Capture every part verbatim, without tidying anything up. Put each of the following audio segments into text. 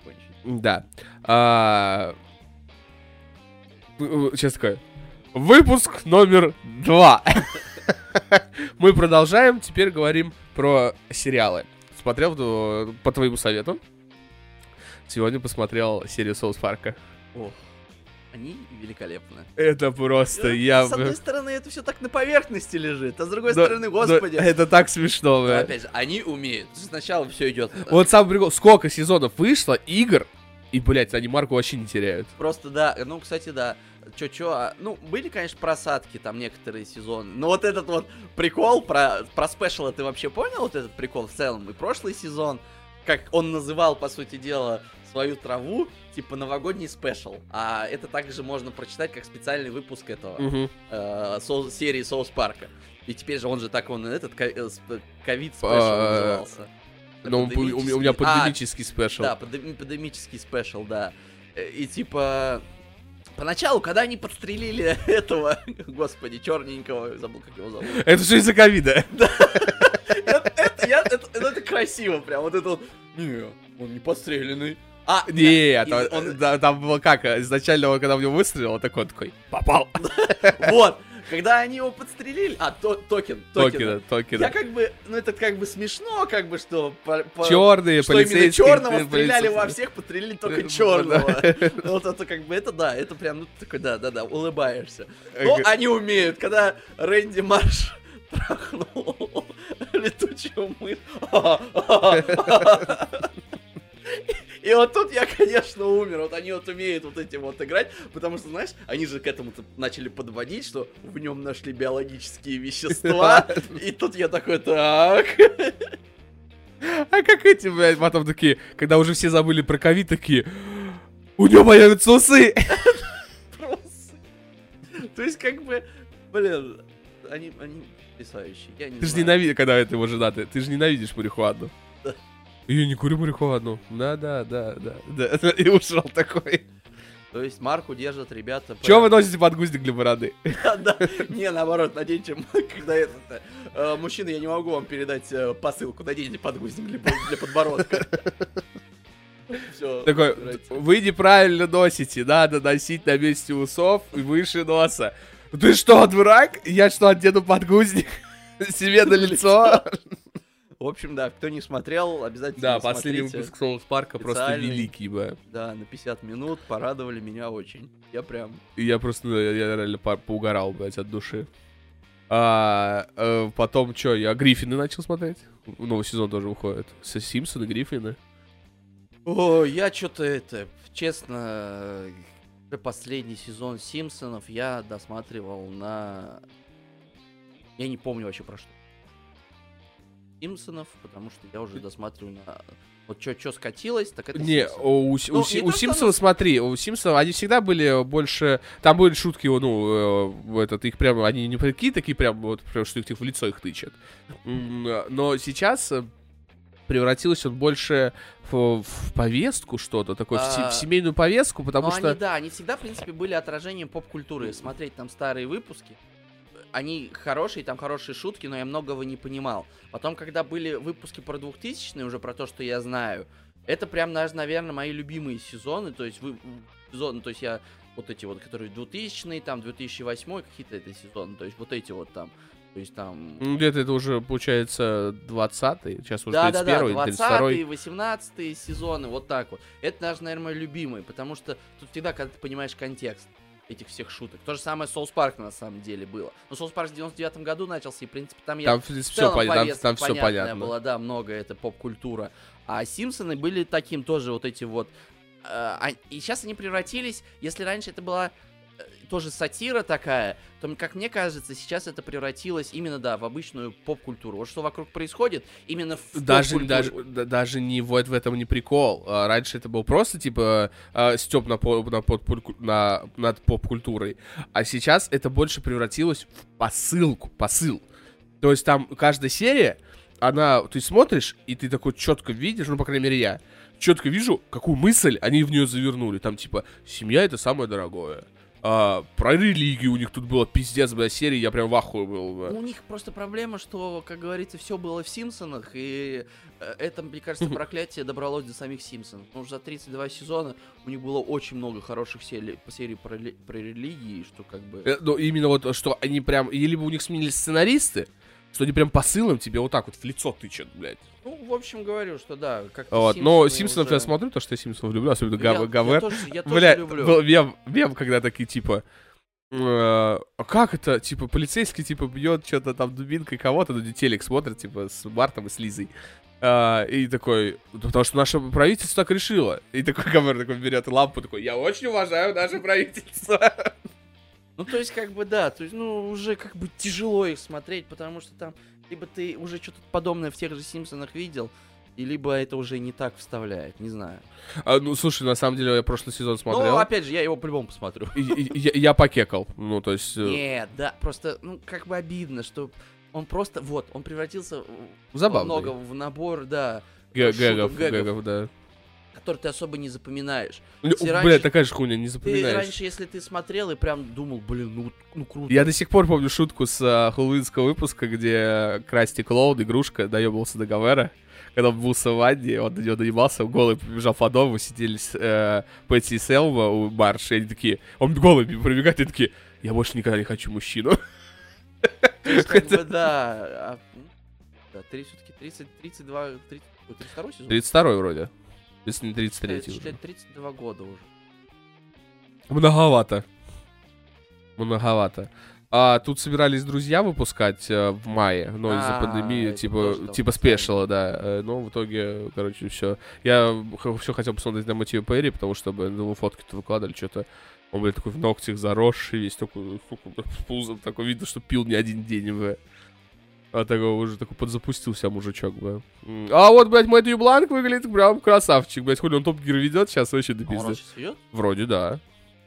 закончить. Да. А... Сейчас такое. Выпуск номер два. Мы продолжаем. Теперь говорим про сериалы. Смотрел по твоему совету. Сегодня посмотрел серию Соус Парка. Ох, они великолепны. Это просто я... С одной стороны, это все так на поверхности лежит, а с другой но, стороны, господи. Это так смешно. Но, опять же, они умеют. Сначала все идет. Вот самый прикол. Сколько сезонов вышло, игр, и, блядь, они марку вообще не теряют. Просто, да. Ну, кстати, да. Чё-чё, а, ну, были, конечно, просадки там некоторые сезоны, но вот этот вот прикол про, про спешалы, ты вообще понял вот этот прикол в целом? И прошлый сезон, как он называл, по сути дела, свою траву, типа новогодний спешл, а это также можно прочитать как специальный выпуск этого, Угу. э, соус, серии Соус Парка. И теперь же он же так, он этот, ковид спешл А, назывался. Ну, у, у меня пандемический спешл. Да, пандемический спешл, да. И типа... Поначалу, когда они подстрелили этого, господи, черненького, забыл, как его зовут. Это что из-за ковида? Это красиво прям, вот это вот. Не, он не подстреленный. А, нет, там было как, изначально, когда в него выстрелил, он такой, такой, попал. Вот. Когда они его подстрелили... А, то, токен. Токена, токена. Я как бы... Ну, это как бы смешно, как бы, что... По, по, черные, что полицейские. Что именно черного стреляли во всех, подстрелили только черного. Вот это как бы, это да, это прям, ну, такой, да-да-да, улыбаешься. Но они умеют, когда Рэнди Марш трахнул летучую мышь. И вот тут я, конечно, умер. Вот они вот умеют вот этим вот играть, потому что, знаешь, они же к этому начали подводить, что в нем нашли биологические вещества. И тут я такой, так. А как эти, блядь, потом такие, когда уже все забыли про ковид, такие, у него появятся усы. Просто. То есть, как бы, блин, они, они потрясающие. Я не Ты же знаю. ненавидишь, когда это его жена, ты, ты же ненавидишь марихуану. Да. Я не курю марихуану. Да, да, да, да, да. И ушел такой. То есть марку держат ребята... Чего вы носите подгузник для бороды? Да, не, наоборот, наденьте, когда это... Мужчина, я не могу вам передать посылку, наденьте подгузник для подбородка. Все. Такой, вы неправильно носите, надо носить на месте усов и выше носа. Ты что, дурак? Я что, одену подгузник себе на лицо? В общем, да, кто не смотрел, обязательно Да, смотрите. последний выпуск Соус Парка просто великий, бля. Да, на пятьдесят минут порадовали меня очень. Я прям... Я просто, я, я реально по поугарал, блядь, от души. А, а потом, что, я Гриффины начал смотреть. Новый сезон тоже выходит. С Симпсоны, Гриффины. О, я что-то это, честно, последний сезон Симпсонов я досматривал на... Я не помню вообще про что. Симпсонов, потому что я уже досматриваю на... Вот что скатилось, так это Не, Симпсоны. у, у, Ну, у, не у то, Симпсонов, оно... смотри, у Симпсонов они всегда были больше... Там были шутки, ну, э, этот, их прям, они не такие, такие прям, вот, прям, что их в лицо их тычат. Но сейчас превратилось он больше в, в повестку что-то, такое, а... в, в семейную повестку, потому Но что... Они, да, они всегда, в принципе, были отражением поп-культуры. Смотреть там старые выпуски, они хорошие, там хорошие шутки, но я многого не понимал. Потом, когда были выпуски про двухтысячные, уже про то, что я знаю, это прям, наверное, мои любимые сезоны, то есть вы, сезоны, то есть я вот эти вот, которые двухтысячные, там, две тысячи восьмой, какие-то это сезоны, то есть вот эти вот там, то есть там... Где-то это уже, получается, двадцатый, сейчас уже да, тридцать первый, да, да, тридцать второй. двадцатые, восемнадцатые сезоны, вот так вот. Это, даже, наверное, мой любимый, потому что тут всегда, когда ты понимаешь контекст этих всех шуток. То же самое Соус Парк на самом деле было. Но Соус Парк в девяносто девятом году начался, и, в принципе, там я... Там, в принципе, все, пон... там, там все понятно. Было, да, много, это поп-культура. А Симпсоны были таким тоже вот эти вот... Э, и сейчас они превратились, если раньше это была э, тоже сатира такая, то, как мне кажется, сейчас это превратилось именно, да, в обычную поп-культуру. Вот что вокруг происходит, именно в даже, даже, даже не вот в этом не прикол. А, раньше это был просто, типа, а, стёб на, на, на, над поп-культурой. А сейчас это больше превратилось в посылку, посыл. То есть там каждая серия, она, ты смотришь, и ты такой четко видишь, ну, по крайней мере, я, четко вижу, какую мысль они в нее завернули. Там, типа, семья — это самое дорогое. А, про религию у них тут было пиздец, бля, серии, я прям в ахуе был, бля. У них просто проблема, что, как говорится, все было в Симпсонах, и э, это, мне кажется, проклятие добралось до самих Симпсонов. Потому что за тридцать два сезона у них было очень много хороших серий, серий про, про религии, что как бы... Э, ну, именно вот, что они прям, и либо у них сменились сценаристы, что они прям посылом тебе вот так вот в лицо тычат, блядь. Ну, в общем, говорю, что да, как-то Вот, Симпсоны но Симпсонов уже... я смотрю, то, что я Симпсонов люблю, особенно Я, Гав- я Гавер. тоже, я тоже Бля, люблю. был мем, мем, когда такие, типа, э, а как это, типа, полицейский, типа, бьет что-то там дубинкой кого-то, ну, телек смотрит, типа, с Бартом и с Лизой. А, и такой, потому что наше правительство так решило. И такой Гавер такой берет лампу, такой, я очень уважаю наше правительство. Ну, то есть, как бы, да, то есть, ну, уже как бы тяжело их смотреть, потому что там, либо ты уже что-то подобное в тех же Симпсонах видел, и либо это уже не так вставляет, не знаю. А, ну, слушай, на самом деле, я прошлый сезон смотрел. Ну, опять же, я его по-любому посмотрю. И, и, я, я покекал, ну, то есть... Нет, да, просто, ну, как бы обидно, что он просто, вот, он превратился Забавный. много в набор, да, Г- шуток, гэгов, гэгов, гэгов, да. который ты особо не запоминаешь. Ну, Если бля, раньше- такая же хуйня, не Ты запоминаешь. раньше, если ты смотрел и прям думал, блин, ну, ну круто. Я до сих пор помню шутку с uh, хэллоуинского выпуска, где Красти Клоун, игрушка, доебался до Гавера. Когда он был в ванне, он на него наебался, он голый побежал по дому, сидели с э, Пэтси и Селма у Марш, и они такие, он голый пробегает, и такие, я больше никогда не хочу мужчину. То есть, как бы, да, а, да, три, все-таки тридцать, тридцать два, тридцать, тридцать второй сезон? тридцать второй вроде, если не тридцать третий. тридцать, тридцать два года уже. Многовато. Многовато. А тут собирались друзья выпускать э, в мае, но из-за А, пандемии, это типа, тоже там типа специально. спешила, да. Э, Но в итоге, короче, все. Я все хотел посмотреть на Матью Перри, потому что, ну, фотки-то выкладывали, что-то. Он, блядь, такой в ногтях заросший, весь такой, сука, с пузом, такой видно, что пил не один день, бля. А такой уже такой подзапустился мужичок, бля. М. А вот, блядь, Мэтью Бланк выглядит прям красавчик, блядь. Хули он Топ Гир ведет, сейчас вообще до А он пизды. сейчас ведет? Вроде да.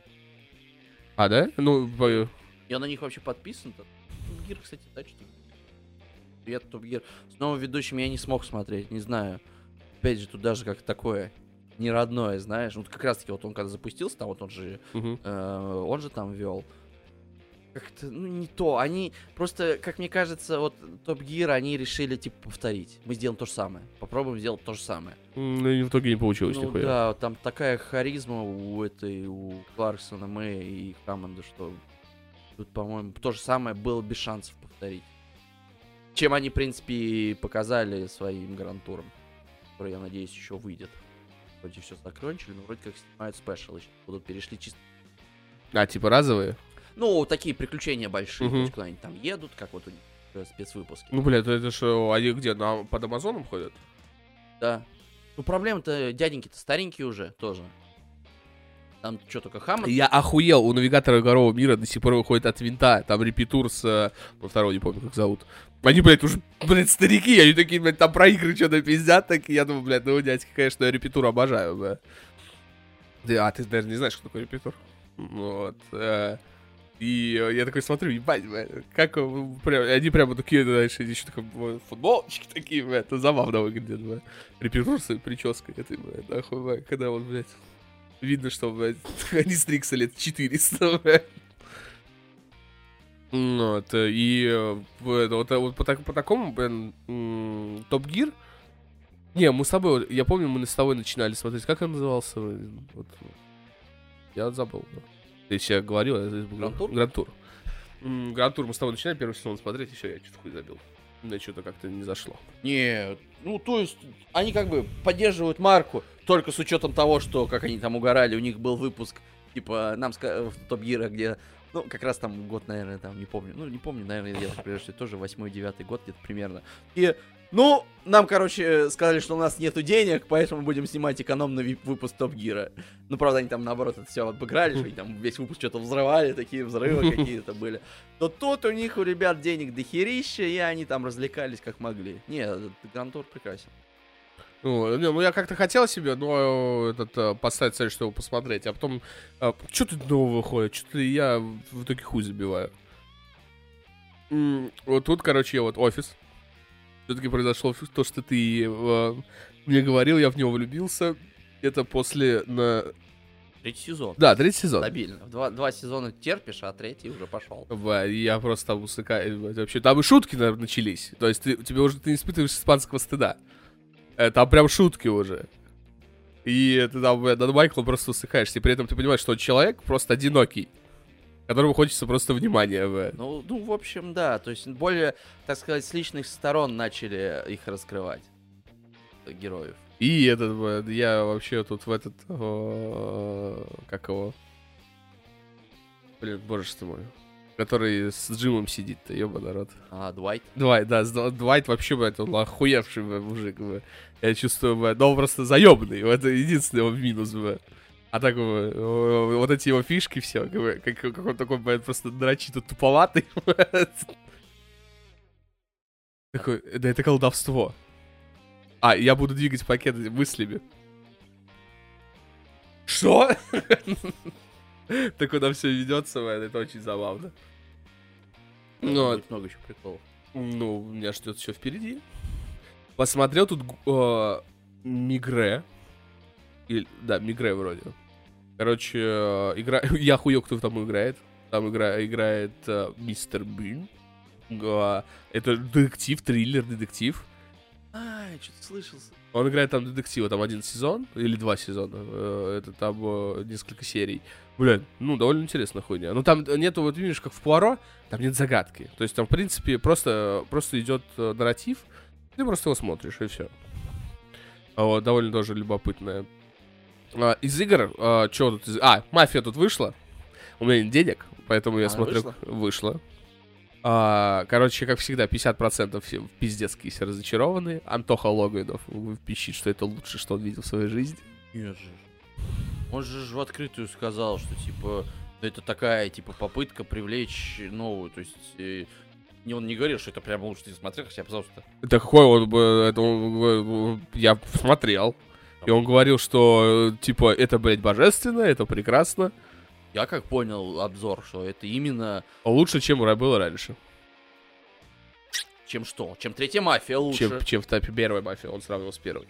А, да? Ну, по- Я на них вообще подписан-то. Топ Гир, кстати, да, что ли? Привет, Топ Гир. С новым ведущим я не смог смотреть, не знаю. Опять же, тут даже как такое не родное, знаешь. Вот как раз-таки вот он когда запустился, там вот он же, Мгм. э, он же там вел. Как-то, ну, не то. Они просто, как мне кажется, вот Топ Гир, они решили, типа, повторить. Мы сделаем то же самое. Попробуем сделать то же самое. М, Ну, и в итоге не получилось Ну нихуя. да, там такая харизма у этой, у Кларксона, Мэй и Хаммонда, что тут, по-моему, то же самое было без шансов повторить. Чем они, в принципе, и показали своим грантуром, который, я надеюсь, еще выйдет. Вроде все закончили, но вроде как снимают спешл еще. Будут перешли чисто. А, типа разовые? Ну, такие приключения большие, Мгм. то есть куда-нибудь там едут, как вот у них э, спецвыпуски. Ну, блядь, это что, они где, на, под Амазоном ходят? Да. Ну, проблема-то, дяденьки-то старенькие уже тоже. Там что только Хаммонд. Я охуел, у навигатора Игрового мира до сих пор выходит от винта, там репетур с, э, ну, второго не помню, как зовут. Они, блядь, уже, блядь, старики, они такие, блядь, там про игры что-то пиздят, такие, я думаю, блядь, ну, дядьки, конечно, я репетур обожаю, бля. Ты, а, ты даже не знаешь, что такое репетур? Вот. э, И э, я такой смотрю, ебать, бля, как э, прям, они прямо такие, знаешь, они еще такие, бля, футболочки такие, бля, это забавно выглядит, бля. Репетур с прической этой, бля, нахуй, бля, когда вот, блядь, видно, что, блядь, они стригся лет четыреста, блядь. Ну, вот, э, и э, вот, вот, вот по, так- по такому, блин, м, Топ Гир. Не, мы с тобой, я помню, мы с тобой начинали смотреть, как он назывался? Вот, я вот забыл. Да. Ты сейчас говорил, я забыл. Гранд-тур? Гранд-тур. М, Гранд-тур мы с тобой начинали первый сезон смотреть, и все, я что-то хуй забил. Мне что-то как-то не зашло. Нет, ну то есть они как бы поддерживают марку, только с учетом того, что, как они там угорали, у них был выпуск, типа, нам ска- в Топ Гира, где, ну, как раз там год, наверное, там, не помню, ну, не помню, наверное, я так понимаю, что это тоже восьмой-девятый год где-то примерно. И, ну, нам, короче, сказали, что у нас нету денег, поэтому будем снимать экономный вип- выпуск Топ Гира. Ну, правда, они там, наоборот, это все обыграли, что они там весь выпуск что-то взрывали, такие взрывы какие-то были. Но тут у них, у ребят, денег дохерища, и они там развлекались как могли. Не, Гранд-тур прекрасен. Ну, не, ну я как-то хотел себе, но э, этот, э, поставить цель, чтобы посмотреть, а потом, э, что тут нового выходит, что-то я в итоге хуй забиваю. М, Вот тут, короче, я вот офис. Все-таки произошло то, что ты э, мне говорил, я в него влюбился. Это после на Третий сезон. Да, третий сезон. Стабильно. Два, два сезона терпишь, а третий уже пошел. Ба, я просто там усыкаю. Вообще, там и шутки, наверное, начались. То есть ты, тебе уже ты не испытываешь испанского стыда. Э, Там прям шутки уже. И ты там бля, над Майклом просто усыкаешься. И при этом ты понимаешь, что человек просто одинокий, которому хочется просто внимания. бля. Ну, ну, в общем, да. То есть более, так сказать, с личных сторон начали их раскрывать. э, Героев. И этот, бля, я вообще тут в этот... о, Как его? Блин, боже ж ты мой. Который с Джимом сидит-то, ёба народ. А, Дуайт. Двайт, да, с- Двайт вообще, блядь, он охуевший, бля, мужик, бля. Я чувствую, бля, но он просто заебанный, это единственный его минус, бля. А так, бля, о, вот эти его фишки все, бля, как, как он такой, бля, просто дрочит туповатый, бля. Такой, да это колдовство. А, я буду двигать пакет мыслями. Что? Так куда все ведется, бля, это очень забавно. Ну, вот. Будет много еще приколов. Ну, меня ждет все впереди. Посмотрел тут э, Мигре. Или, да, Мигре вроде. Короче, э, игра... я хуё, кто там играет. Там игра... играет э, Мистер Бин. Э, это детектив, триллер, детектив. А, я что-то слышался. Он играет там детектива, там один сезон или два сезона. э, Это там э, несколько серий. Блин, ну, довольно интересная хуйня. Ну, там нету, вот видишь, как в Пуаро, там нет загадки. То есть там, в принципе, просто, просто идет э, нарратив, ты просто его смотришь, и все. Вот, довольно тоже любопытная. А, из игр, а, что тут? Из... А, Мафия тут вышла. У меня нет денег, поэтому я А, смотрю... вышла? Вышла. А, короче, как всегда, пятьдесят процентов все пиздецкие все разочарованы. Антоха Логвинов пищит, что это лучшее, что он видел в своей жизни. Нет же. Он же ж в открытую сказал, что, типа, это такая, типа, попытка привлечь новую, то есть... э, не, он не говорил, что это прям лучше ты смотрел, хотя, пожалуйста. Да какой он, бы, это он, э, я смотрел. И он говорил, что, э, типа, это, блядь, божественно, это прекрасно. Я как понял обзор, что это именно... Лучше, чем было раньше. Чем что? Чем третья мафия лучше. Чем, чем в топе первой мафии, он сравнил с первой.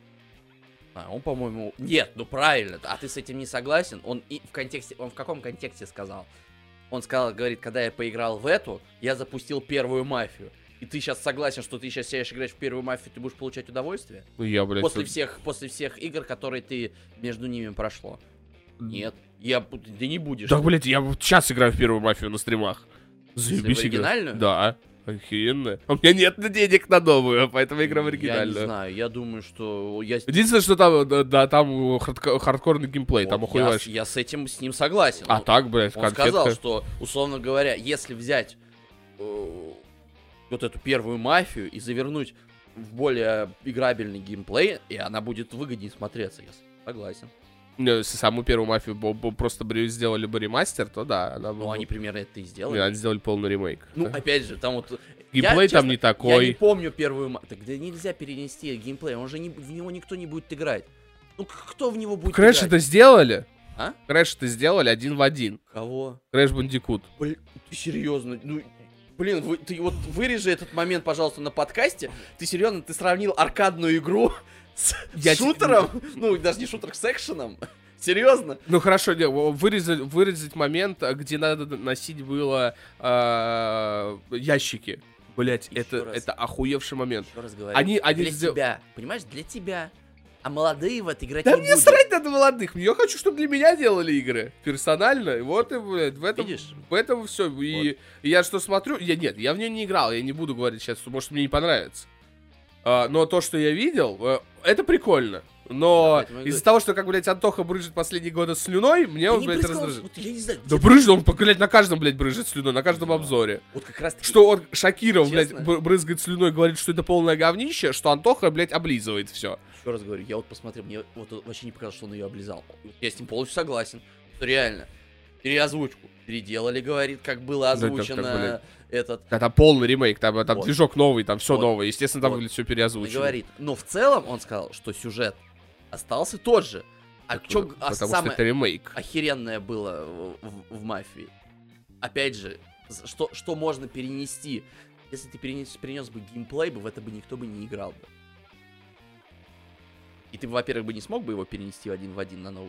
А, он, по-моему... Нет, ну правильно. А ты с этим не согласен? Он и в контексте... Он в каком контексте сказал? Он сказал, говорит, когда я поиграл в эту, я запустил первую мафию. И ты сейчас согласен, что ты сейчас сядешь играть в первую мафию, ты будешь получать удовольствие? Ну я, блядь... После тут- всех, после всех игр, которые ты между ними прошло. Нет. Я... бу- Ты не будешь. Да, блядь, я вот сейчас играю в первую мафию на стримах. Заебись, в игра. оригинальную? Да. Охеренно. У меня нет денег на новую, поэтому игра в Я оригинальную. не знаю, я думаю, что... Я... Единственное, что там, да, да, там хардко- хардкорный геймплей, там Вот, охуеваешь. я, я с этим с ним согласен. А Он- так, блядь, Он конфетка. сказал, что, условно говоря, если взять э, вот эту первую мафию и завернуть в более играбельный геймплей, и она будет выгоднее смотреться, я согласен. Не, Если саму первую мафию бо- бо- просто бы сделали бы ремастер, то да, она бы... Ну, они примерно это и сделали. Не, они сделали полный ремейк. Ну, Да. опять же, там вот... Геймплей я, там честно, не Я не такой. помню первую мафию. Так да нельзя перенести геймплей, он же не, в него никто не будет играть. Ну, к- кто в него будет Крэш играть? это сделали? А? Крэш это сделали один в один. Кого? Крэш Бандикут. Блин, ты серьезно? Ну, блин, вы, ты вот вырежи этот момент, пожалуйста, на подкасте. Ты серьезно, ты сравнил аркадную игру с, Я с те- шутером? Ну, даже не шутер, с экшеном. Серьезно? Ну хорошо, не, о, вырезать, вырезать момент, а, где надо носить было а, ящики. Блять, Ещё это, раз. это охуевший момент. Еще раз говорю. Они- они для сдел- тебя. Понимаешь, для тебя. А молодые в это играть Да не мне будут. срать надо молодых. Я хочу, чтобы для меня делали игры. Персонально. И вот и, блядь, в этом, Видишь? в этом все. И, и я что смотрю, я нет, я в нее не играл. Я не буду говорить сейчас, может мне не понравится. А, но то, что я видел, э, это прикольно. Но Да, поэтому я из-за говорю. того, что, как, блядь, Антоха брыжет последние годы слюной, мне Ты он, не блядь, брызгал, раздражает. вот я не знаю. Да где- брыжет, он, блядь, на каждом, блядь, брыжет слюной, на каждом Да. обзоре. Вот как раз таки. Что он, Шакиров, блядь, Честно? бр- брызгает слюной, говорит, что это полное говнище, что Антоха, блядь, облизывает все. Еще раз говорю, я вот посмотрел, мне вот вообще не показалось, что он ее облизал. Я с ним полностью согласен. Что реально. Переозвучку переделали, говорит, как было Да, как- как, озвучено блядь. этот. Да, там полный ремейк, там, там Вот. движок новый, там все Вот. новое. Естественно, там Вот. выглядит все Он переозвучено. говорит. Но в целом он сказал, что сюжет остался тот же. А Так, чё, ну, а потому что самое это ремейк. охеренное было в, в- в мафии? Опять же, з- что, что можно перенести? Если ты перенес, перенес бы геймплей, бы в это бы никто бы не играл бы. И ты, во-первых, бы не смог бы его перенести в один в один на новый.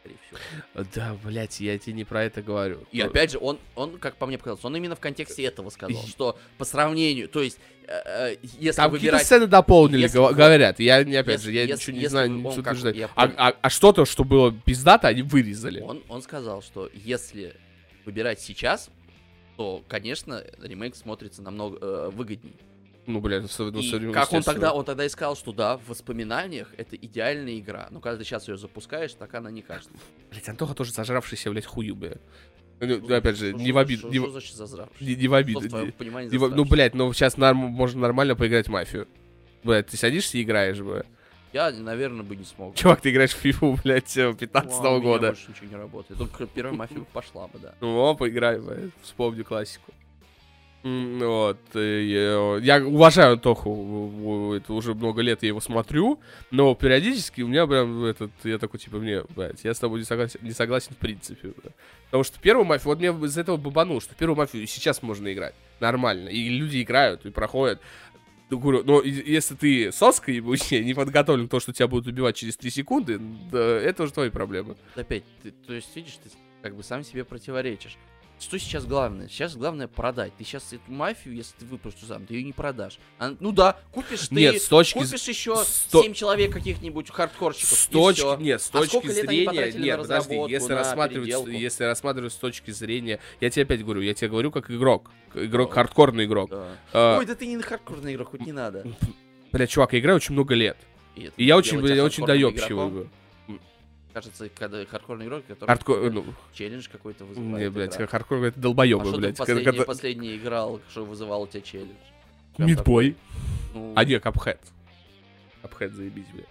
скорее всего. Да, блядь, я тебе не про это говорю. И опять же, он, он, как по мне показалось, он именно в контексте этого сказал, что по сравнению, то есть, э, э, если Там какие-то выбирать... сцены дополнили, если го- вот- говорят. Я, не, опять если- же, я если- ничего не если знаю, он ничего как- утверждать. я А, понял. а- а что-то, что было пиздато, они вырезали. Он, он сказал, что если выбирать сейчас, то, конечно, ремейк смотрится намного э, выгоднее. Ну, блядь, ну, И ну, как он естественно. тогда, он тогда и сказал, что да, в воспоминаниях это идеальная игра. Но когда ты сейчас ее запускаешь, так она не кажется. Блядь, Антоха тоже зажравшийся, блядь, хую, блядь. Ну, опять же, Что- не в что- обиду. что- Не в- Что значит зазравший? не- не в Что обиду. в твоем не- понимании не в- Ну, зазравший? блядь, ну сейчас можно нормально поиграть в мафию. Блядь, ты садишься и играешь, блядь. Я, наверное, бы не смог. Чувак, ты играешь в фифу, блядь, Ну, а пятнадцатого у меня года. больше ничего не работает. Только первая мафия пошла бы, да. Ну, о, поиграй, блядь, вспомни классику. М, Вот, и, э, я уважаю Антоху, у- это уже много лет я его смотрю, но периодически у меня прям этот, я такой, типа, мне, блядь, я с тобой не согласен, не согласен в принципе, бля. Потому что первую мафию, вот мне из этого бабанул, что первую мафию сейчас можно играть нормально, и люди играют, и проходят. Ну, говорю, но и- если ты соска ебучая, не подготовлен к тому, что тебя будут убивать через три секунды, да, это уже твои проблемы. Опять, ты, то есть, видишь, ты как бы сам себе противоречишь. Что сейчас главное? Сейчас главное продать. Ты сейчас эту мафию, если ты выпустишь сам, ты ее не продашь. А, ну да, купишь ты, Нет, с точки з- купишь еще сто- семь человек каких-нибудь хардкорщиков. С и точки, всё. нет, с А точки сколько лет они зрения, потратили нет, на подожди, разработку, если на рассматривать, переделку? если рассматривать с точки зрения, я тебе опять говорю, я тебе говорю как игрок, игрок, Да. хардкорный игрок. Да. А, Ой, да ты не хардкорный игрок, хоть не надо. Бля, чувак, я играю очень много лет, И, это и я очень, делать тебя бля, очень хардкорным доебчивый. игроком, был. Кажется, когда хардкорный игрок, который Хардкор, какой-то ну, челлендж какой-то вызывает. не, блядь, игра. хардкор это А долбоебы, что ты блядь. последний, Когда- последний играл, что вызывал у тебя челлендж? Прям Мидбой. такой, ну, А не, Капхэт. Капхэт, заебись, блядь.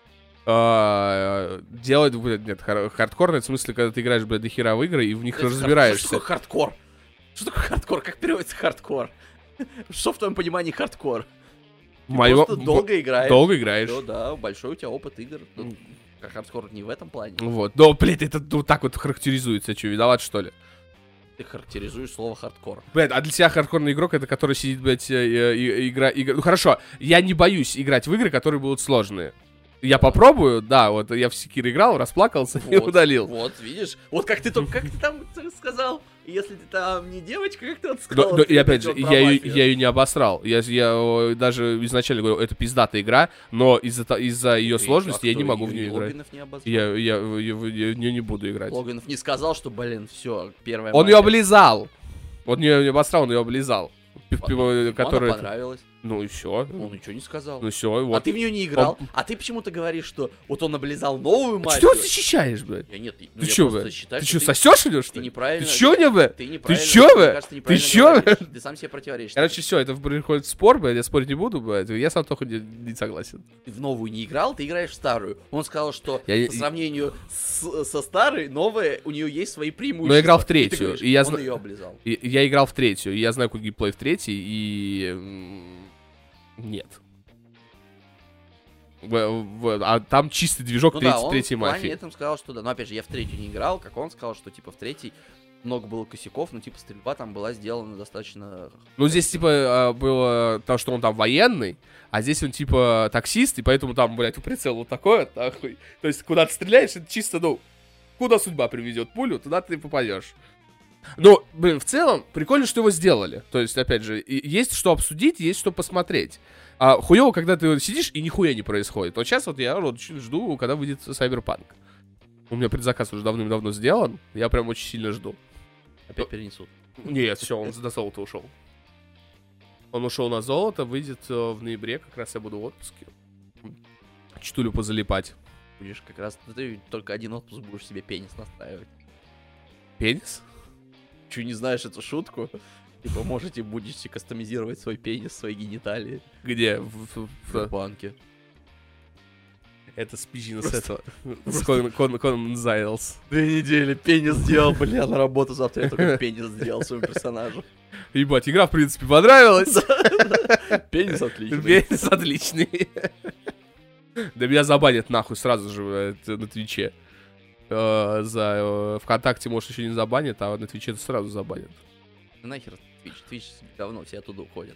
А, делать, блядь, нет, хар- хардкорно, это в смысле, когда ты играешь, блядь, до хера в игры и в них это хар- Что разбираешься. такое хардкор? Что такое хардкор? Как переводится хардкор? Что в твоем понимании хардкор? Ты Моё- просто долго играешь. Долго играешь. Всё, да, большой у тебя опыт игр. Ну, а хардкор не в этом плане. Вот. Но, блядь, это вот так вот характеризуется. Что, виноват, что ли? Ты характеризуешь слово хардкор. Блядь, а для тебя хардкорный игрок это который сидит, блядь, э, э, и- игра, игра... Ну хорошо, я не боюсь играть в игры, которые будут сложные. Я попробую, да, вот я в Секир играл, расплакался и Вот, удалил. Вот, видишь? Вот как ты только, как ты там сказал, если ты там не девочка, как ты вот Но, сказал. но- ты и опять же, идёт про я ее, мафию. я ее не обосрал. Я, я э, даже изначально говорю, это пиздатая игра, но из-за то- из-за ее Ты- сложности а я не кто, могу и- в и нее играть. Логинов не обозвал? Я, я, я, я- я в неё не буду играть. Логинов не сказал, что, блин, все, первая Он ее мафия. облизал. Он ее не обосрал, он ее облизал. Пи- пи- Ему который- она понравилась. Ну и все. Он ничего не сказал. Ну все, А вот. ты в нее не играл, а ты почему-то говоришь, что вот он облизал новую Ты мафию. что защищаешь, блядь? Я нет, ну Ты я чё, просто блядь? считаю, Ты что что, сосешь или что? ты ли? неправильно. Ты чё, не, блядь? Ты неправильно. чё, мне блядь? кажется, Ты неправильно чё, говоришь. блядь? Ты сам себе противоречишь. Короче, все, это приходит в спор, блядь, я спорить не буду, блядь. Я сам только не, не согласен. Ты в новую не играл, ты играешь в старую. Он сказал, что Я- по сравнению с- со старой, новая, у нее есть свои преимущества. Но я играл в И ты третью, говоришь, и я он зна- ее облизал. И, я играл в третью, и я знаю, какой геймплей в третьей, и... м, Нет. В- в- а там чистый движок Ну треть- да, он третьей в плане мафии. этом сказал, что да. Но опять же, я в третью не играл, как он сказал, что типа в третьей много было косяков, но типа стрельба там была сделана достаточно... Ну, здесь, типа, а, было то, что он там военный, а здесь он, типа, таксист, и поэтому там, блядь, у прицела вот такой вот, нахуй. То есть, куда ты стреляешь, это чисто, ну, куда судьба приведет пулю, туда ты попадешь. Ну, блин, в целом, прикольно, что его сделали. То есть, опять же, и- есть что обсудить, есть что посмотреть. А хуёво, когда ты вот сидишь, и нихуя не происходит. Вот сейчас вот я вот жду, когда выйдет Cyberpunk. У меня предзаказ уже давным-давно сделан, я прям очень сильно жду. Опять перенесут. Нет, все, он на золото ушел. Он ушел на золото, выйдет э, в ноябре, как раз я буду в отпуске. Чтулю позалипать. Будешь как раз... Ты только один отпуск будешь себе пенис настраивать. Пенис? Че, не знаешь эту шутку? Типа, можете, будете кастомизировать свой пенис, свои гениталии Где? В, в- в в- банке. Это спизжина с Просто- этого. С Кон- Кон- Конан Зайлс. Две недели пенис сделал, бля, на работу завтра я только пенис сделал своему персонажу. Ебать, игра, в принципе, понравилась. Пенис отличный. Пенис отличный. Да меня забанят нахуй сразу же э, на Твиче. Э, За э, ВКонтакте, может, еще не забанят, а на Твиче это сразу забанят. Нахер Twitch? Twitch давно все оттуда уходят.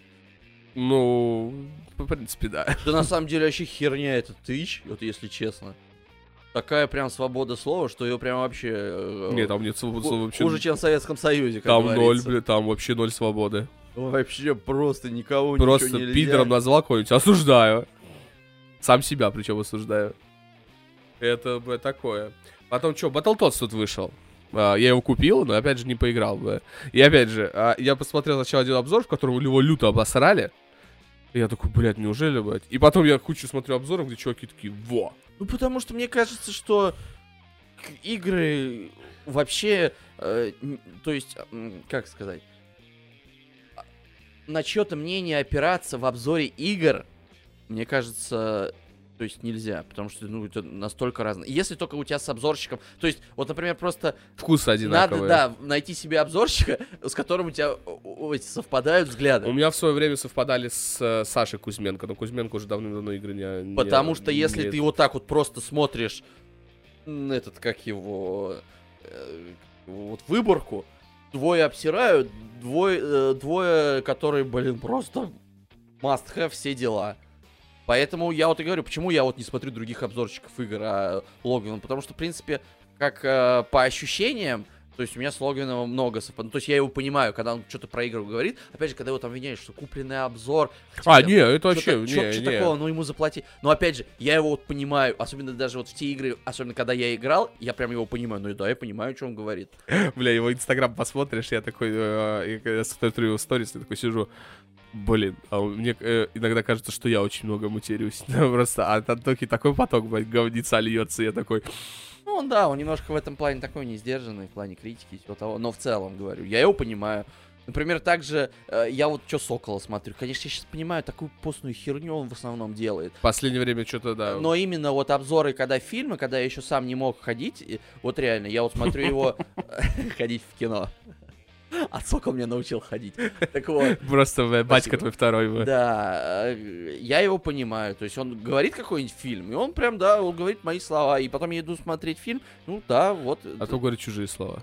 Ну, в принципе, да. Да на самом деле вообще херня этот Twitch, вот если честно. такая прям свобода слова, что ее прям вообще... э, Нет, там нет свободы слова вообще. Хуже, чем в Советском Союзе, как Там ноль, говорится. блин, там вообще ноль свободы. Вообще просто никого Просто ничего нельзя. пидором назвал кого-нибудь, осуждаю. Сам себя причем осуждаю. Это бы такое. Потом что, Battletoads тут вышел. А, я его купил, но опять же не поиграл бы. И опять же, а, я посмотрел сначала один обзор, в котором его люто обосрали. И я такой, блядь, неужели, блядь? И потом я кучу смотрю обзоров, где чуваки такие, во. Ну, потому что мне кажется, что к- игры вообще, э, н- то есть, м, как сказать, а, на чье-то мнение опираться в обзоре игр, мне кажется, то есть нельзя, потому что, ну, это настолько разное. Если только у тебя с обзорщиком, то есть, вот, например, просто Вкусы одинаковые. надо, да, найти себе обзорщика, с которым у тебя о- о- эти совпадают взгляды. У меня в свое время совпадали с э, Сашей Кузьменко, но Кузьменко уже давно-давно игры не... не- Потому что не если имеет. ты вот так вот просто смотришь м, этот, как его, э, вот выборку, двое обсирают, двое, э, двое, которые, блин, просто must have все дела. Поэтому я вот и говорю, почему я вот не смотрю других обзорщиков игр, а Логвина, потому что, в принципе, как э, по ощущениям, то есть у меня с Логвином много совпадает. То есть я его понимаю, когда он что-то про игру говорит. Опять же, когда его там обвиняют, что купленный обзор. А, типа, не, это вообще, что-то, не, что, что не. такого, ну ему заплати. Но опять же, я его вот понимаю, особенно даже вот в те игры, особенно когда я играл, я прям его понимаю. Ну и да, я понимаю, что он говорит. Бля, его инстаграм посмотришь, я такой, э, и когда я смотрю его сторис, я такой сижу, блин, а у- мне э, иногда кажется, что я очень много матерюсь. Просто, а там только такой поток, блядь, говница льется, я такой... Ну он, да, он немножко в этом плане такой не сдержанный, в плане критики и всего того. Но в целом, говорю, я его понимаю. Например, также, э, я вот что Сокола смотрю. Конечно, я сейчас понимаю, такую постную херню он в основном делает. В последнее время что-то, да... Но именно вот обзоры, когда фильмы, когда я еще сам не мог ходить, и вот реально, я вот смотрю его ходить в кино. А Сокол меня научил ходить. Так вот. Просто, бля, батька Спасибо. твой второй, бля. Да, э, я его понимаю. То есть он говорит какой-нибудь фильм, и он прям, да, он говорит мои слова. И потом я иду смотреть фильм, ну да, вот. А то говорит чужие слова.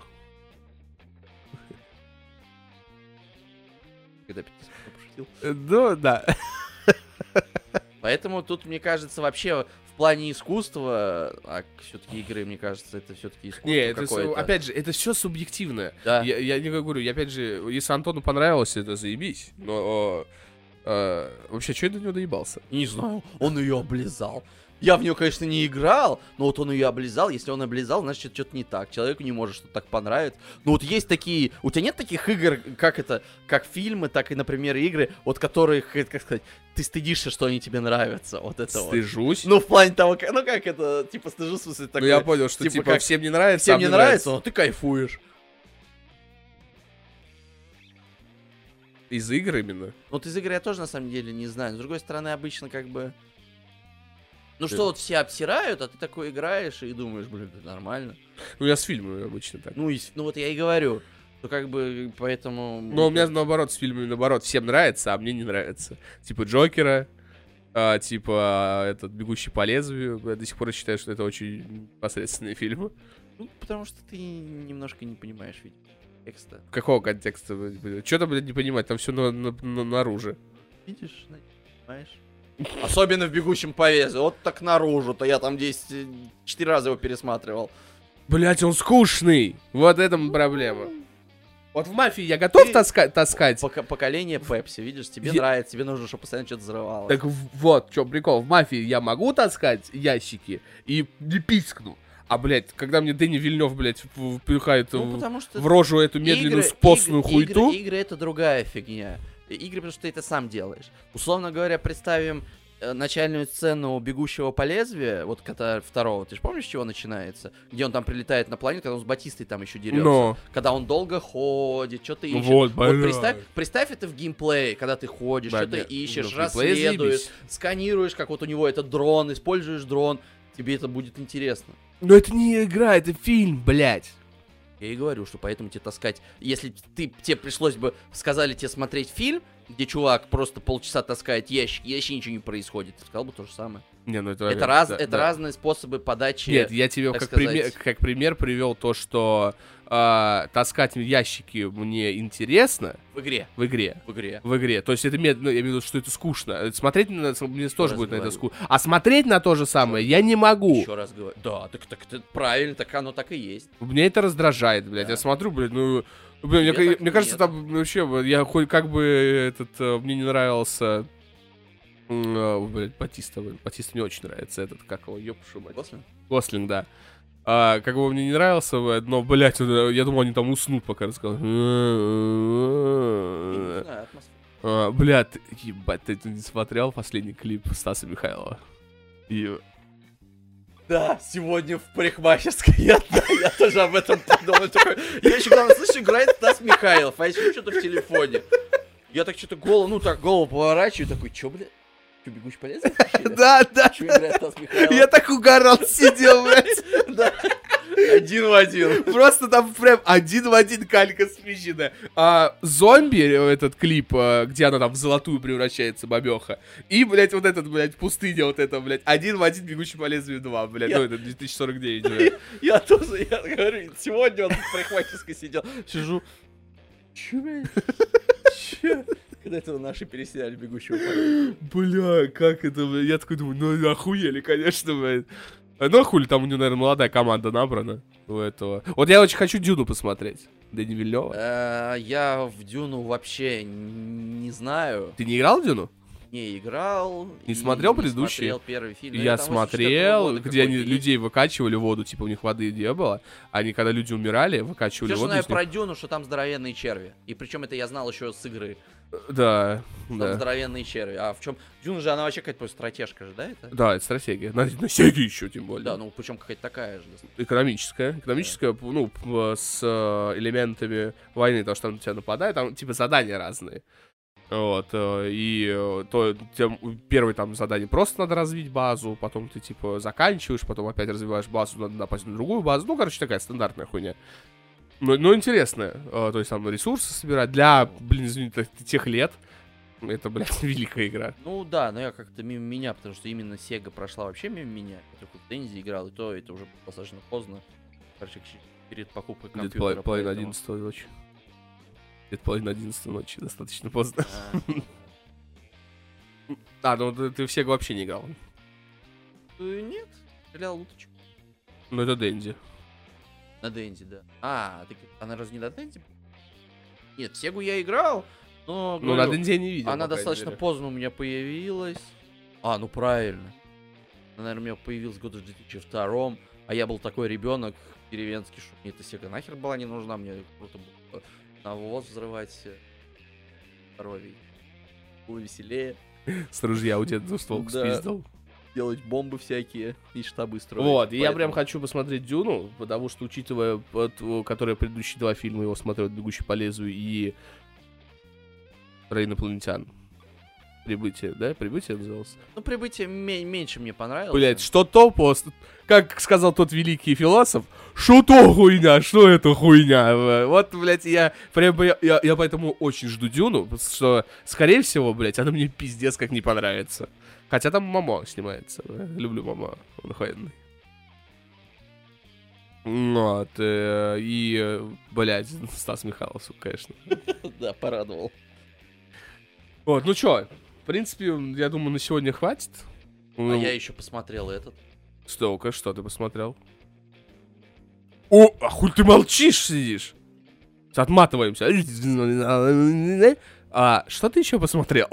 Когда пятьдесят пошутил. Э, Ну, да. Поэтому тут, мне кажется, вообще в плане искусства, а все-таки игры, мне кажется, это все-таки искусство Не, это, какое-то. с- опять же, это все субъективное. Да. Я, я не говорю, я опять же, если Антону понравилось, это заебись. Но э, вообще, что я до него доебался? Не знаю, он ее облизал. Я в нее, конечно, не играл, но вот он ее облизал. Если он облизал, значит, что-то не так. Человеку не может что-то так понравиться. Ну вот есть такие... У тебя нет таких игр, как это, как фильмы, так и, например, игры, вот которых, э, как сказать, ты стыдишься, что они тебе нравятся. Вот это вот. Стыжусь. Ну, в плане того, как- ну как это, типа, стыжусь, в смысле, Ну, такой... я понял, что, типа, типа, как всем не нравится, Всем а не мне нравится, но ты кайфуешь. Из игр именно? Вот из игры я тоже, на самом деле, не знаю. Но, с другой стороны, обычно, как бы... Ну Ты- что, вот все обсирают, а ты такой играешь и думаешь, блин, это нормально. Ну, я с фильмами обычно так. Ну, и, с- ну вот я и говорю. Ну, как бы, поэтому... Но у меня, наоборот, с фильмами, наоборот, всем нравится, а мне не нравится. Типа Джокера, а, типа а, этот «Бегущий по лезвию». Я до сих пор считаю, что это очень посредственные фильмы. Ну, потому что ты немножко не понимаешь, видимо, текста. Какого контекста? Что-то, блядь, не понимать, там все на, на- на- наружу. Видишь, на- понимаешь? Особенно в «Бегущем по лезвию». Вот так наружу-то. Я там десять, четыре раза его пересматривал. Блять, он скучный! Вот это проблема. Вот в «Мафии» я готов Ты- таска- таскать. Пока- поколение Пепси, видишь, тебе Я- нравится, тебе нужно, чтобы постоянно что-то взрывалось. Так в- вот, что прикол. В «Мафии» я могу таскать ящики и не пискну. А, блядь, когда мне Дэнни Вильнёв, блядь, в- впихает Ну, в, потому что в рожу эту медленную игры- постную игры- хуйту... Игры, игры это другая фигня. Игры, потому что ты это сам делаешь. Условно говоря, представим э, начальную сцену «Бегущего по лезвию», вот когда второго, ты же помнишь, с чего начинается? Где он там прилетает на планету, когда он с Батистой там еще дерется. Но. Когда он долго ходит, что-то ищет. Вот, блядь. представь, представь это в геймплее, когда ты ходишь, Да, что-то нет, ищешь, ну, в геймплее расследуешь, заебись. сканируешь, как вот у него этот дрон, используешь дрон. Тебе это будет интересно. Но это не игра, это фильм, блядь. Я и говорю, что поэтому тебе таскать... Если ты, тебе пришлось бы, сказали тебе смотреть фильм, где чувак просто полчаса таскает ящик, и вообще ничего не происходит, ты сказал бы то же самое. Не, ну это... Это, раз, да, это да. разные способы подачи. Нет, я тебе так как сказать. пример, как пример привел то, что э, таскать ящики мне интересно В игре. в игре. В игре. В игре. То есть это мне, ну, я имею в виду, что это скучно. Смотреть на мне Еще тоже раз будет на это говорю. скучно. А смотреть на то же самое я не могу. Еще раз говорю. Да, так, так, так правильно, так оно так и есть. Мне это раздражает, блядь. Да. Я смотрю, блядь, ну... Блин, мне, Мне так мне кажется, нет. там вообще, я хоть как бы этот, э, мне не нравился, м, э, блядь, Батиста, блядь, Батиста мне очень нравится, этот, как его, ёпшу мать. Гослинг? Гослинг, да. А, как бы мне не нравился, блядь, но, блядь, он, я думал, они там уснут, пока рассказывают. Я не знаю, атмосфера. А, блядь, ты- ебать, ты не смотрел последний клип Стаса Михайлова? И... Да, сегодня в парикмахерской. Я, да, я тоже об этом подумал. Такой, я еще, главное, слышу, играет Стас Михайлов, а я сижу что-то в телефоне. Я так что-то голову, ну так, голову поворачиваю, такой, чё, блядь? Чё, бегущий по лезвию включили? Да, да, Чё играет Стас Михайлов? я так угорал, сидел, блядь. Да. Один в один. Просто там прям один в один калька смещена. А, зомби, э, этот клип, э, где она там в золотую превращается, бабёха. И, блядь, вот этот, блядь, пустыня вот это, блядь. Один в один бегущий по лезвию два, блядь. Я- Ну, это две тысячи сорок девять, блядь. Я тоже, я говорю, сегодня он в парикмахерской сидел. Сижу. Чё, блядь? Чё? Когда это наши пересняли бегущего по лезвию. Бля, как это, блядь. Я такой думаю, ну, охуели, конечно, блядь. А ну, а хули, там у него, наверное, молодая команда набрана у этого. Вот я очень хочу Дюну посмотреть. Дэни Вильнёва. Э, Я в Дюну вообще н- не знаю. Ты не играл в Дюну? Не играл. Не и смотрел не предыдущие? смотрел первый фильм. Ну, Я там восемьдесят четвёртого смотрел, года где они какой-то. людей выкачивали в воду, типа у них воды не было. Они, когда люди умирали, выкачивали Все, что воду. знаю из них. про Дюну, что там здоровенные черви. И причем это я знал еще с игры. Да, Там да. здоровенные черви. А в чем? Дюна же, она вообще какая-то стратежка же, да, это? Да, это стратегия. На, на Сеге еще, тем более. Да, ну причем какая-то такая же. Экономическая. Экономическая, ну, п- с э, элементами войны, потому что там на тебя нападают, там типа задания разные. Вот, э, и э, то тем, первое там задание просто надо развить базу, потом ты типа заканчиваешь, потом опять развиваешь базу, надо напасть на другую базу. Ну, короче, такая стандартная хуйня. Но, но интересная. Э, то есть там ресурсы собирать для, блин, извините, тех лет. Это, блядь, великая игра. Ну да, но я как-то мимо меня, потому что именно Сега прошла вообще мимо меня. Я только в Дензи играл, и то это уже достаточно поздно. Короче, к- перед покупкой Где-то компьютера. половина половина поэтому- одиннадцатого ночи. Где-то половина одиннадцатого ночи, достаточно поздно. А, А, ну ты, ты в Сегу вообще не играл. э, Нет, стрелял уточку. Ну это Дэнди. На Дензи, да. А, так она разве не на Дензи? Нет, в Сегу я играл, но... Ну на говорю, Дэнди я не видел. Она по крайней достаточно мере. поздно у меня появилась. А, ну правильно. Она, наверное, у меня появилась года в две тысячи втором, а я был такой ребенок деревенский, что мне эта Сега нахер была не нужна, мне круто было навоз взрывать, э, здоровье. Было веселее. С ружья у деда стволку Да. спиздил. Делать бомбы всякие и штабы строить. Вот, и я прям Поэтому- хочу посмотреть Дюну, потому что, учитывая, вот, э, которые предыдущие два фильма его смотрел, «Бегущий по лезвию» и про инопланетян. Прибытие, да? Прибытие называлось? Ну, прибытие ме- меньше мне понравилось. Блять, что то пост... Как сказал тот великий философ, что то хуйня, что это хуйня. Вот, блядь, я прям, я, я, я поэтому очень жду Дюну, потому что, скорее всего, блядь, она мне пиздец как не понравится. Хотя там Момо снимается. Да? Люблю Момо, он охуенный. Вот, э, и, э, блядь, Стас Михайлов, сука, конечно. Да, порадовал. Вот, ну чё, в принципе, я думаю, на сегодня хватит. А Ну, я еще посмотрел этот. Столько, что ты посмотрел? О, а хуй ты молчишь, сидишь? Отматываемся. А что ты еще посмотрел?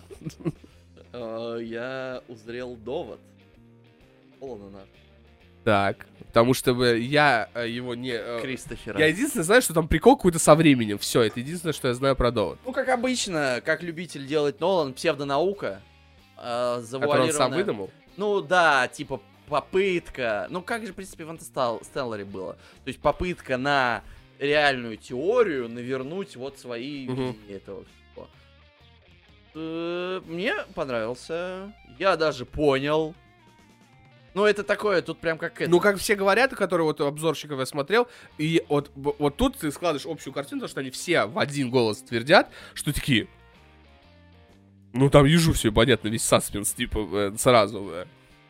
Э, Я узрел довод. Полно наш. Так, потому что э, я э, его не... э, Кристофера. Я единственное знаю, что там прикол какой-то со временем. Все, это единственное, что я знаю про довод. Ну, как обычно, как любитель делать Нолан, псевдонаука. э, Который он завуалированная- сам выдумал. Ну да, типа попытка. Ну как же, в принципе, в Антестелларе было. То есть попытка на реальную теорию навернуть вот свои Мгм. видения этого всего. Э, Мне понравился. Я даже понял. Ну это такое, тут прям как это. Ну, как все говорят, которые вот обзорщиков я смотрел, и вот, в- вот тут ты складываешь общую картину, потому что они все в один голос твердят, что такие... Ну, там ежу все понятно, весь саспенс, типа, э, сразу, э.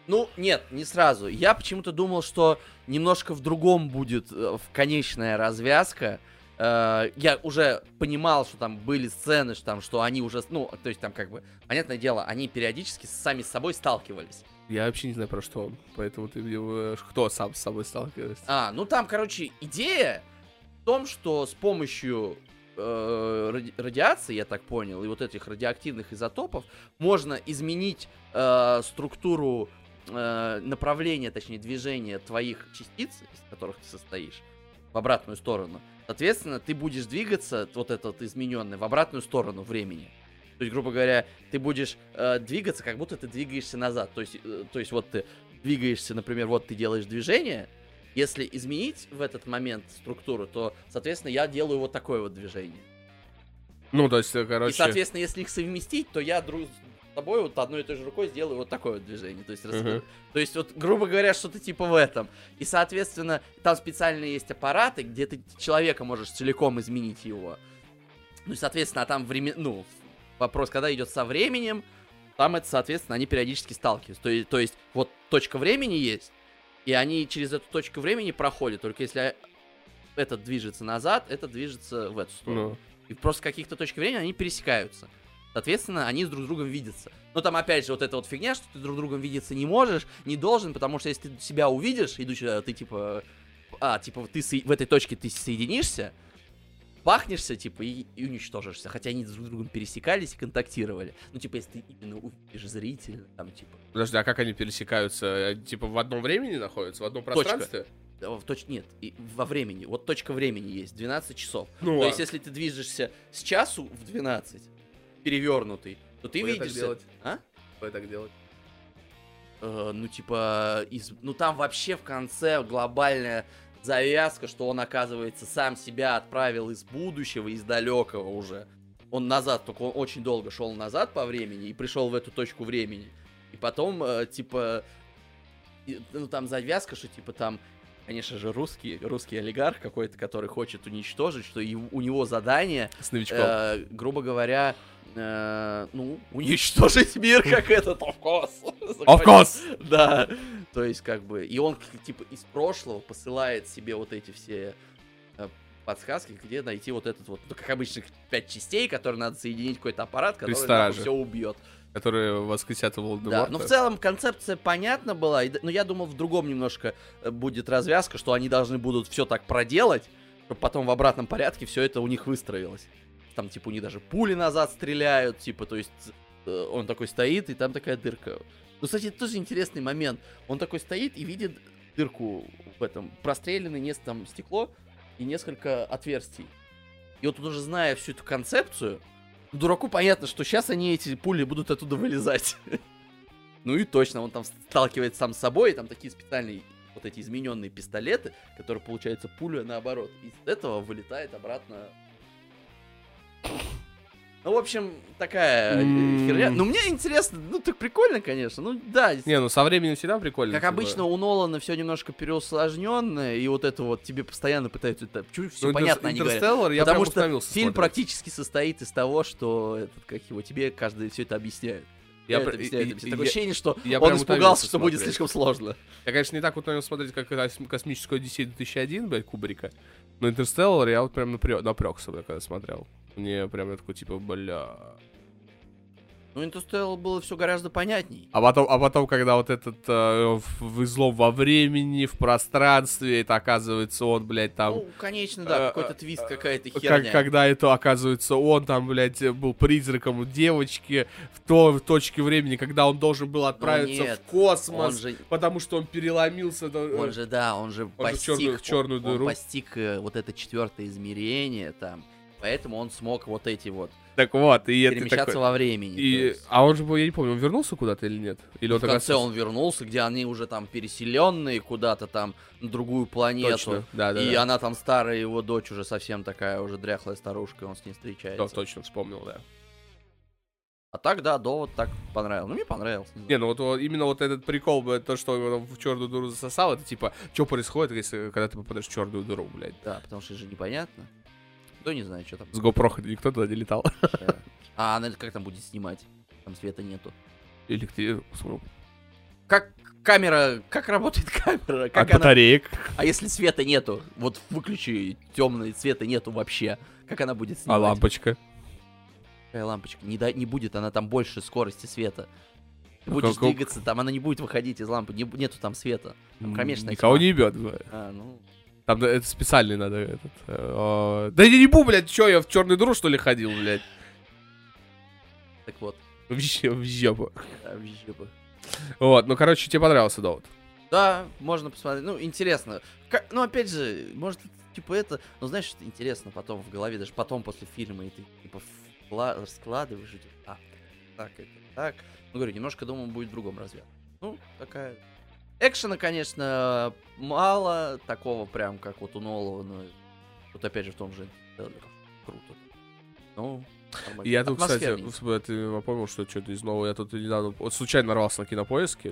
Ну, нет, не сразу. Я почему-то думал, что немножко в другом будет э, в конечная развязка. Э, я уже понимал, что там были сцены, что, там, что они уже, ну, то есть там как бы, понятное дело, они периодически сами с собой сталкивались. Я вообще не знаю, про что он, поэтому ты мне... Кто сам с собой сталкивается? А, ну там, короче, идея в том, что с помощью э, ради- радиации, я так понял, и вот этих радиоактивных изотопов можно изменить э, структуру э, направления, точнее, движения твоих частиц, из которых ты состоишь, в обратную сторону. Соответственно, ты будешь двигаться, вот этот измененный, в обратную сторону времени. То есть, грубо говоря, ты будешь э, двигаться, как будто ты двигаешься назад. То есть, э, то есть, вот ты двигаешься, например, вот ты делаешь движение. Если изменить в этот момент структуру, то, соответственно, я делаю вот такое вот движение. Ну, то есть, короче... И, соответственно, если их совместить, то я друг с тобой вот одной и той же рукой сделаю вот такое вот движение. То есть, рас... Uh-huh. то есть вот, грубо говоря, что-то типа в этом. И, соответственно, там специально есть аппараты, где ты человека можешь целиком изменить его. Ну и, соответственно, а там время... Ну, вопрос, когда идет со временем, там это, соответственно, они периодически сталкиваются. То есть, то есть вот точка времени есть, и они через эту точку времени проходят. Только если этот движется назад, этот движется в эту сторону. Ну. И просто в каких-то точках времени они пересекаются. Соответственно, они с друг другом видятся. Но там опять же вот эта вот фигня, что ты друг с другом видеться не можешь, не должен, потому что если ты себя увидишь, идущий, ты типа... А, типа ты со... в этой точке ты соединишься, бахнешься, типа, и, и уничтожишься. Хотя они друг с другом пересекались и контактировали. Ну, типа, если ты именно увидишь зрительно, там, типа... Подожди, а как они пересекаются? Типа в одном времени находятся? В одном пространстве? Точка. В точ... Нет, и во времени. Вот точка времени есть, двенадцать часов. Ну, То а... есть, если ты движешься с часу в двенадцать, перевернутый, то ты Что видишь... так делать? А? Что так делать? Э, ну, типа, из... ну, там вообще в конце глобальная завязка, что он, оказывается, сам себя отправил из будущего, из далекого уже. Он назад, только он очень долго шел назад по времени и пришел в эту точку времени. И потом, э, типа, и, ну, там завязка, что, типа, там, конечно же, русский, русский олигарх какой-то, который хочет уничтожить, что и у него задание, С новичком. э, грубо говоря, э, ну, уничтожить мир, как этот, of course. Of course! Да, то есть, как бы, и он, типа, из прошлого посылает себе вот эти все э, подсказки, где найти вот этот вот, ну, как обычно, пять частей, которые надо соединить в какой-то аппарат, который нахуй все убьет. Которые воскресят Волдеморта. Да, но в целом концепция понятна была, и, но я думал, в другом немножко будет развязка, что они должны будут все так проделать, чтобы потом в обратном порядке все это у них выстроилось. Там, типа, у них даже пули назад стреляют, типа, то есть э, он такой стоит, и там такая дырка. Ну, кстати, это тоже интересный момент. Он такой стоит и видит дырку в этом, простреленное несколько там стекло и несколько отверстий. И вот уже зная всю эту концепцию, дураку понятно, что сейчас они, эти пули, будут оттуда вылезать. Ну и точно, он там сталкивается сам с собой, и там такие специальные вот эти измененные пистолеты, которые, получается, пуля наоборот. Из этого вылетает обратно. Ну, в общем, такая mm. херня. Ну, мне интересно, ну, так прикольно, конечно. Ну, да. Не, ну, со временем всегда прикольно. Как типа. Обычно, у Нолана все немножко переусложненное, и вот это вот тебе постоянно пытаются... Это, все ну, понятно, они говорят. Я потому что фильм смотреть. практически состоит из того, что этот, как его, тебе каждый все это объясняет. Я, я, объясняет, и, объясняет. Такое я, ощущение, что я он испугался, что смотреть. Будет слишком сложно. Я, конечно, не так утомился смотреть, как «Космическую Одиссею» две тысячи один, блядь, Кубрика. Но «Интерстеллар» я вот прям напрёгся, когда смотрел. Мне прям я такой, типа, бля... Ну, «Интерстеллар» было все гораздо понятней. А потом, а потом когда вот этот э, излом во времени, в пространстве, это оказывается он, блядь, там... Ну, конечно, да, э, какой-то твист, э, какая-то херня. Как, когда это оказывается он, там, блядь, был призраком у девочки в, то, в точке времени, когда он должен был отправиться нет, в космос, же... потому что он переломился. Он же, да, он же он постиг... Же в черную, в черную он, дыру. Он постиг э, вот это четвертое измерение, там, поэтому он смог вот эти вот... Так вот, и перемещаться такой... во времени. И... А он же, я не помню, он вернулся куда-то или нет? Или в он конце оказался... он вернулся, где они уже там переселенные куда-то там на другую планету. Точно, да, да, и да. она там старая, его дочь уже совсем такая, уже дряхлая старушка, и он с ней встречается. Да, точно, вспомнил, да. А так, да, довод так понравился. Ну, мне понравился. Не, не ну вот, вот именно вот этот прикол, то, что он в черную дыру засосал, это типа, что происходит, если когда ты попадаешь в черную дыру, блядь. Да, потому что это же непонятно. Кто не знает, что там. С GoPro никто туда не летал. Да. А она как там будет снимать? Там света нету. Или ты... Как, камера, как работает камера? От Как она... батареек. А если света нету? Вот выключи темный, света нету вообще. Как она будет А снимать? лампочка? Какая лампочка? Не, да, не будет, она там больше скорости света. Ты будешь как- как- двигаться, там она не будет выходить из лампы, не, нету там света. Там кромешная Никого тьма. не ебет, бля. А, ну... Там да, это специальный надо этот. э, о, Да я не ебу, блядь, чё, я в черную дыру, что ли, ходил, блядь? Так вот. В щ- в жопу. Да, везде бы. Вот, ну, короче, тебе понравился довод. Да, можно посмотреть. Ну, интересно. Как- ну, опять же, может, типа это... Ну, знаешь, это интересно потом в голове, даже потом после фильма, и ты, типа, вкла- раскладываешь, и, типа, а, так, это так. Ну, говорю, немножко, думаю, будет в другом развязке. Ну, такая... Экшена, конечно, мало такого прям, как вот у Нолана. Вот опять же в том же Интерстелларе. Круто. Ну, нормально. Я тут, кстати, Атмосфернее. в- ты напомнил, что что-то из нового. Я тут недавно вот случайно нарвался на Кинопоиске.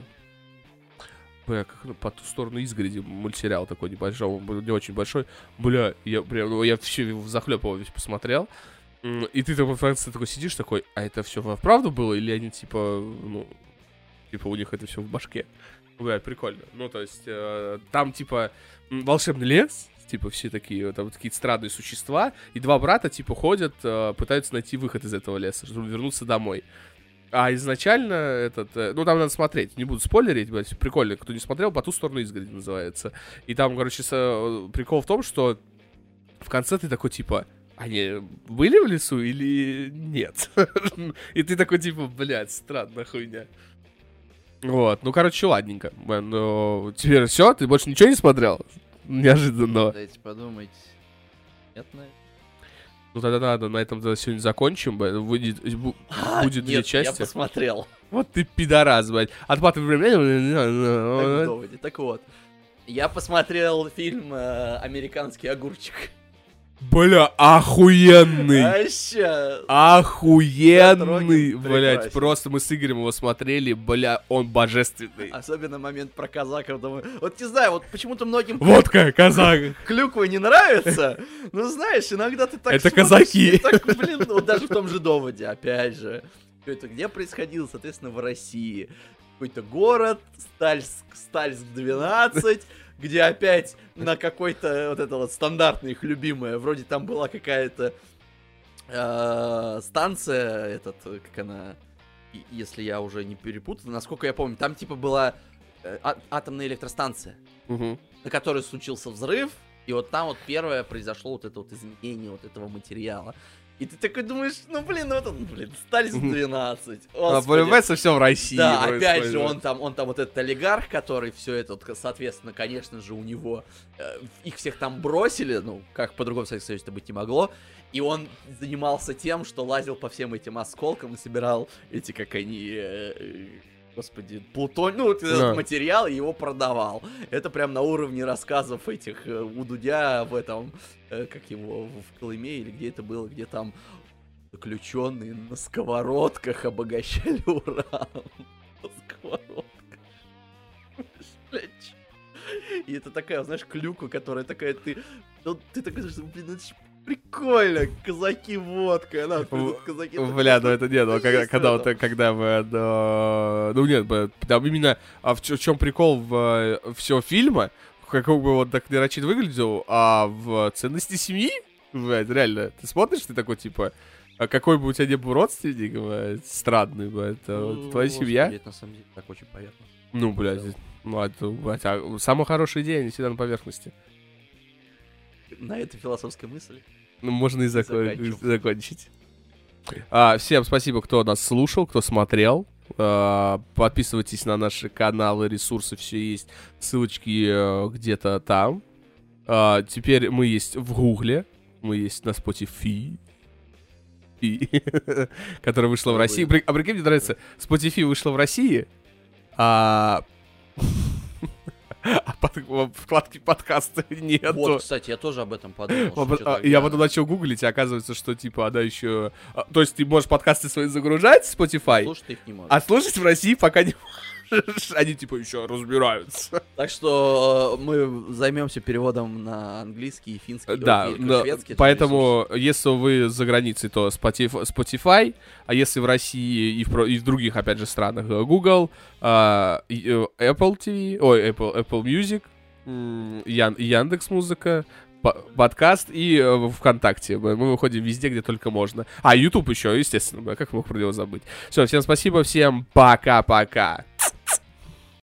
Бля, как ну, по ту сторону изгороди мультсериал такой небольшой, он был не очень большой. Бля, я прям, ну, я все в захлеб его весь посмотрел. М, И ты там в конце такой сидишь такой, а это все вправду было? Или они типа, ну, типа у них это все в башке? Бля, прикольно. Ну, то есть, э, там типа м, волшебный лес, типа все такие, там какие-то странные существа, и два брата типа ходят, э, пытаются найти выход из этого леса, чтобы вернуться домой. А изначально этот... э, Ну, там надо смотреть, не буду спойлерить, блядь, прикольно. Кто не смотрел, «По ту сторону изгороди» называется. И там, короче, с- э, прикол в том, что в конце ты такой, типа, они были в лесу или нет? И ты такой, типа, блядь, странная хуйня. Вот, ну, короче, ладненько. Э, Ну, теперь все, ты больше ничего не смотрел? Неожиданно. Дайте подумать. Нет, наверное. Ну, тогда надо, на этом тогда сегодня закончим. б- Выйдет, бу- А, будет две нет, я части. посмотрел. Вот ты пидорас, блядь. Отматывай Так, в время. доводе. Так вот. Я посмотрел фильм э, «Американский огурчик». Бля, охуенный. Вообще. Охуенный, Сет Роген блядь. прекрасен. Просто мы с Игорем его смотрели, бля, он божественный. Особенно момент про казаков. Думаю, вот не знаю, вот почему-то многим Водка, казак. клюквы не нравится. Ну, знаешь, иногда ты так Это смотришь, казаки. и так, блин, ну, вот даже в том же доводе, опять же. Всё это где происходило, соответственно, в России. Какой-то город, Стальск, Стальск двенадцать, где опять на какой-то вот это вот стандартная их любимая, вроде там была какая-то э, станция, этот, как она, и- если я уже не перепутал, насколько я помню, там типа была э, а- атомная электростанция, Мгм. на которой случился взрыв, и вот там вот первое произошло вот это вот изменение вот этого материала. И ты такой думаешь, ну блин, ну это, ну, блин, Стальск двенадцать. А Господи. понимается, все в России. Да, опять происходит. же, он там, он там вот этот олигарх, который все это, вот, соответственно, конечно же, у него э, их всех там бросили, ну, как по-другому Советскому Союзу это быть не могло, и он занимался тем, что лазил по всем этим осколкам и собирал эти, как они, э, э, господи, плутоний, ну, вот этот Да. материал, и его продавал. Это прям на уровне рассказов этих э, у Дудя в этом, э, как его, в Колыме или где это было, где там заключенные на сковородках обогащали уран. На сковородках. Блядь. И это такая, знаешь, клюква, которая такая, ты... Ну, ты такой, блин, это ж прикольно, казаки водка, она, В- казаки... Бля, ну это нет, ну, Ну, когда, есть когда, в вот, этом. когда вы, да, ну нет, б- там именно, а в, чем прикол в, всего фильма, как бы вот так нарочит выглядел, а в ценности семьи, блядь, реально, ты смотришь, ты такой, типа, а какой бы у тебя не был родственник, блядь, странный, блядь, а вот твоя семья, Это на самом деле так очень поверхностно. ну, блядь, ну, это, блядь, а самая хорошая идея, они всегда на поверхности. На этой философской мысли. Ну, можно и закон- Заканчиваем. закончить. А, всем спасибо, кто нас слушал, кто смотрел. А, подписывайтесь на наши каналы, ресурсы, все есть. Ссылочки э, где-то там. А, теперь мы есть в Гугле. Мы есть на Spotify. И- которая вышла в России. При- А прикинь, мне нравится, Spotify вышла в России, а а под- во вкладки подкаста нету. Вот, кстати, я тоже об этом подумал. что А по- чё-то а, Я я- потом начал гуглить, и оказывается, что, типа, она еще... а, То есть ты можешь подкасты свои загружать в Spotify, Слушать ты их не можешь. а слушать в России пока не... Они типа еще разбираются. Так что мы займемся переводом на английский и финский. Да, ой, но, шведский, поэтому, если вы за границей, то Spotify, а если в России и в, и в других, опять же, странах, Google, uh, Apple ти ви, ой, Apple, Apple Music, Ян, Яндекс.Музыка, подкаст и э, ВКонтакте. Мы, мы выходим везде, где только можно. А, YouTube еще, естественно, как мы мог про него забыть. Все, всем спасибо, всем пока-пока.